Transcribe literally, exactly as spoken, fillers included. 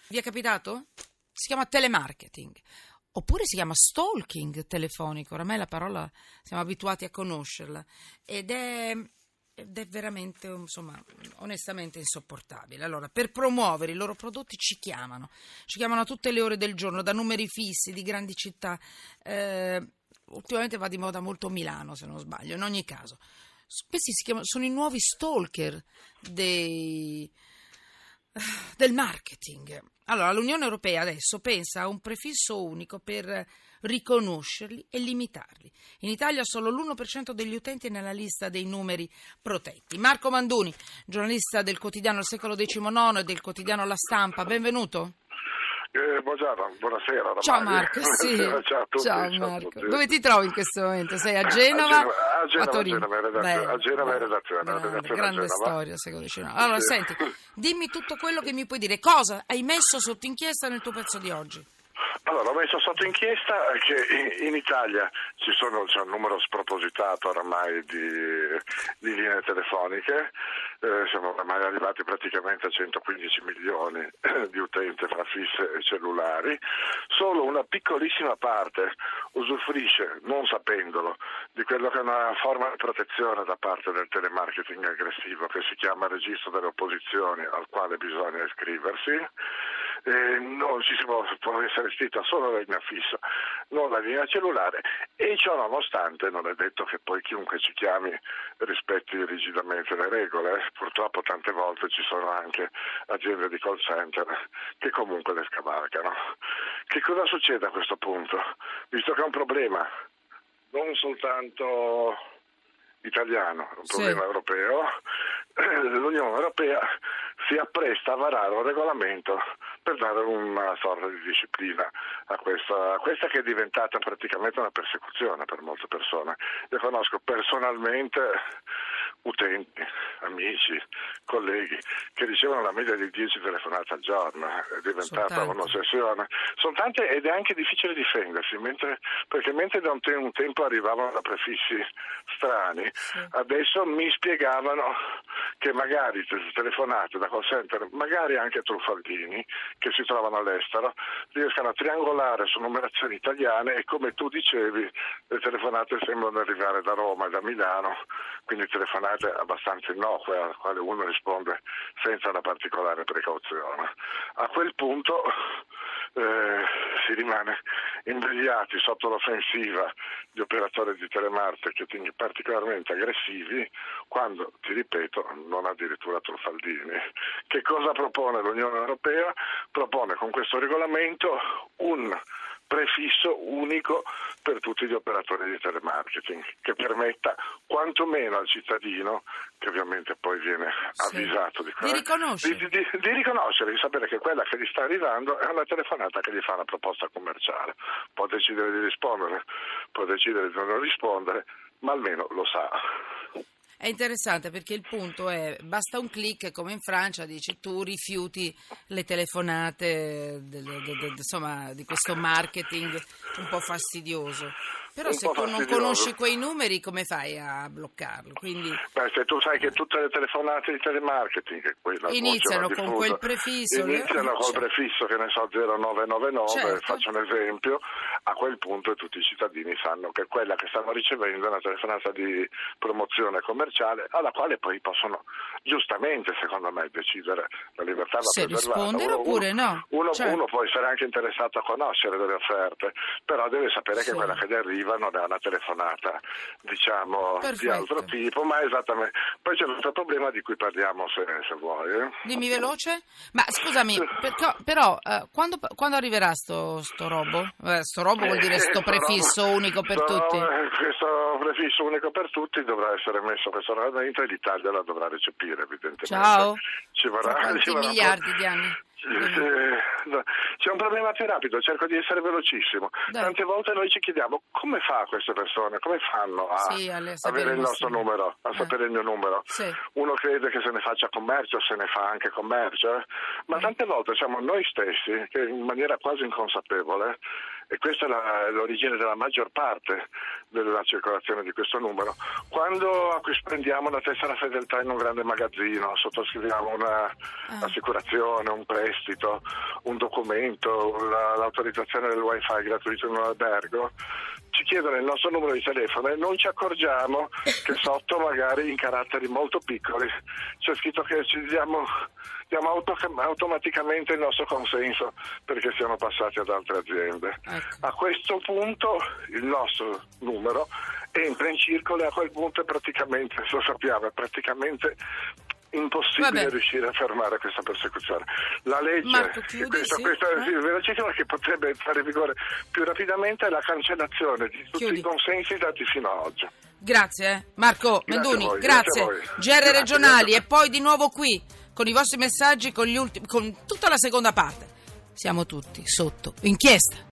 Vi è capitato? Si chiama telemarketing. Oppure si chiama stalking telefonico, oramai la parola siamo abituati a conoscerla, ed è, ed è veramente, insomma, onestamente insopportabile. Allora, per promuovere i loro prodotti ci chiamano, ci chiamano a tutte le ore del giorno, da numeri fissi di grandi città, eh, ultimamente va di moda molto Milano, se non sbaglio, in ogni caso. Questi si chiamano, sono i nuovi stalker dei... del marketing. Allora, l'Unione Europea adesso pensa a un prefisso unico per riconoscerli e limitarli. In Italia solo l'uno per cento degli utenti è nella lista dei numeri protetti. Marco Manduni, giornalista del quotidiano Il Secolo diciannove e del quotidiano La Stampa, benvenuto. Eh, buongiorno, buonasera. Ormai. Ciao Marco, sì. Ciao a tutti. Ciao ciao Marco. a tutti. Dove ti trovi in questo momento? Sei a Genova? A Genova, a, Genova, a Torino? A Genova, redazione, Beh, a Genova beh, redazione. Grande, redazione grande a Genova. storia, secolo diciannove. Allora, Sì. senti, dimmi tutto quello che mi puoi dire. Cosa hai messo sotto inchiesta nel tuo pezzo di oggi? Allora, ho messo sotto inchiesta che in Italia ci sono, c'è un numero spropositato oramai di, di linee telefoniche, eh, siamo oramai arrivati praticamente a centoquindici milioni di utenti fra fisse e cellulari, solo una piccolissima parte usufruisce, non sapendolo, di quello che è una forma di protezione da parte del telemarketing aggressivo che si chiama registro delle opposizioni, al quale bisogna iscriversi. Eh, non ci si può, può essere iscritta solo la linea fissa, non la linea cellulare, e ciò nonostante non è detto che poi chiunque ci chiami rispetti rigidamente le regole. Purtroppo tante volte ci sono anche aziende di call center che comunque le scavalcano. Che cosa succede a questo punto? Visto che è un problema non soltanto italiano, è un problema sì. europeo, l'Unione Europea si appresta a varare un regolamento per dare una sorta di disciplina a questa, a questa che è diventata praticamente una persecuzione per molte persone. Io conosco personalmente utenti, amici, colleghi che ricevono una media di dieci telefonate al giorno, è diventata un'ossessione. Sono tante ed è anche difficile difendersi, mentre, perché mentre da un, te- un tempo arrivavano da prefissi strani, sì. Adesso mi spiegavano che magari telefonate da call center, magari anche truffaldini che si trovano all'estero, riescano a triangolare su numerazioni italiane e, come tu dicevi, le telefonate sembrano arrivare da Roma e da Milano, quindi telefonate abbastanza innocue alle quali uno risponde senza una particolare precauzione. A quel punto eh, si rimane imbrigliati sotto l'offensiva di operatori di telemarketing particolarmente aggressivi, quando, ti ripeto, non addirittura truffaldini. Che cosa propone l'Unione Europea? Propone con questo regolamento un prefisso unico per tutti gli operatori di telemarketing, che permetta quantomeno al cittadino, che ovviamente poi viene avvisato sì. di, di, riconoscere. Di, di, di riconoscere, di sapere che quella che gli sta arrivando è una telefonata che gli fa una proposta commerciale. Può decidere di rispondere, può decidere di non rispondere, ma almeno lo sa. È interessante perché il punto è, basta un click, come in Francia, dici tu rifiuti le telefonate de, de, de, de, insomma, di questo marketing un po' fastidioso. Però se tu non conosci quei numeri, come fai a bloccarlo? Quindi Beh, se tu sai che tutte le telefonate di telemarketing iniziano con diffusa, quel prefisso, iniziano col cioè. prefisso che ne so zero nove nove nove, certo. Faccio un esempio, a quel punto tutti i cittadini sanno che quella che stanno ricevendo è una telefonata di promozione commerciale, alla quale poi possono giustamente, secondo me, decidere. La libertà va se preservata. rispondere uno, oppure no. Uno, certo. uno può essere anche interessato a conoscere delle offerte, però deve sapere sì. che quella che gli arriva non è una telefonata, diciamo, Perfetto. Di altro tipo, ma esattamente. Poi c'è un altro problema di cui parliamo se, se vuoi. Eh. Dimmi veloce. Ma scusami, perché, però eh, quando, quando arriverà sto, sto robo? Eh, sto robo vuol dire sto prefisso robo, unico per sto, tutti? Questo prefisso unico per tutti dovrà essere messo questo regolamento e l'Italia la dovrà recepire, evidentemente. Ciao. Ci vorrà, quanti ci vorrà miliardi di anni? C'è un problema più rapido, cerco di essere velocissimo. Dai. Tante volte noi ci chiediamo come fa queste persone, come fanno a sì, avere il nostro numero, a eh. sapere il mio numero. Sì. Uno crede che se ne faccia commercio, se ne fa anche commercio, eh? ma eh. tante volte siamo noi stessi che in maniera quasi inconsapevole e questa è la, l'origine della maggior parte della circolazione di questo numero. Quando prendiamo una tessera fedeltà in un grande magazzino, sottoscriviamo un'assicurazione, un prestito, un documento, la, l'autorizzazione del wifi gratuito in un albergo, ci chiedono il nostro numero di telefono e non ci accorgiamo che sotto, magari in caratteri molto piccoli, c'è scritto che ci diamo, diamo auto, automaticamente il nostro consenso perché siamo passati ad altre aziende. Ecco. A questo punto il nostro numero entra in circolo e a quel punto è praticamente, lo sappiamo, è praticamente impossibile Vabbè. riuscire a fermare questa persecuzione. La legge, Marco, chiudi, questa, sì. questa Eh? sì, velocissima, che potrebbe entrare in vigore più rapidamente, è la cancellazione di tutti Chiudi. i consensi dati fino ad oggi. Grazie, eh. Marco Grazie Menduni, a voi, grazie. grazie a voi. G R Grazie, regionali grazie. e poi di nuovo qui con i vostri messaggi, con gli ultimi, con tutta la seconda parte. Siamo tutti sotto inchiesta.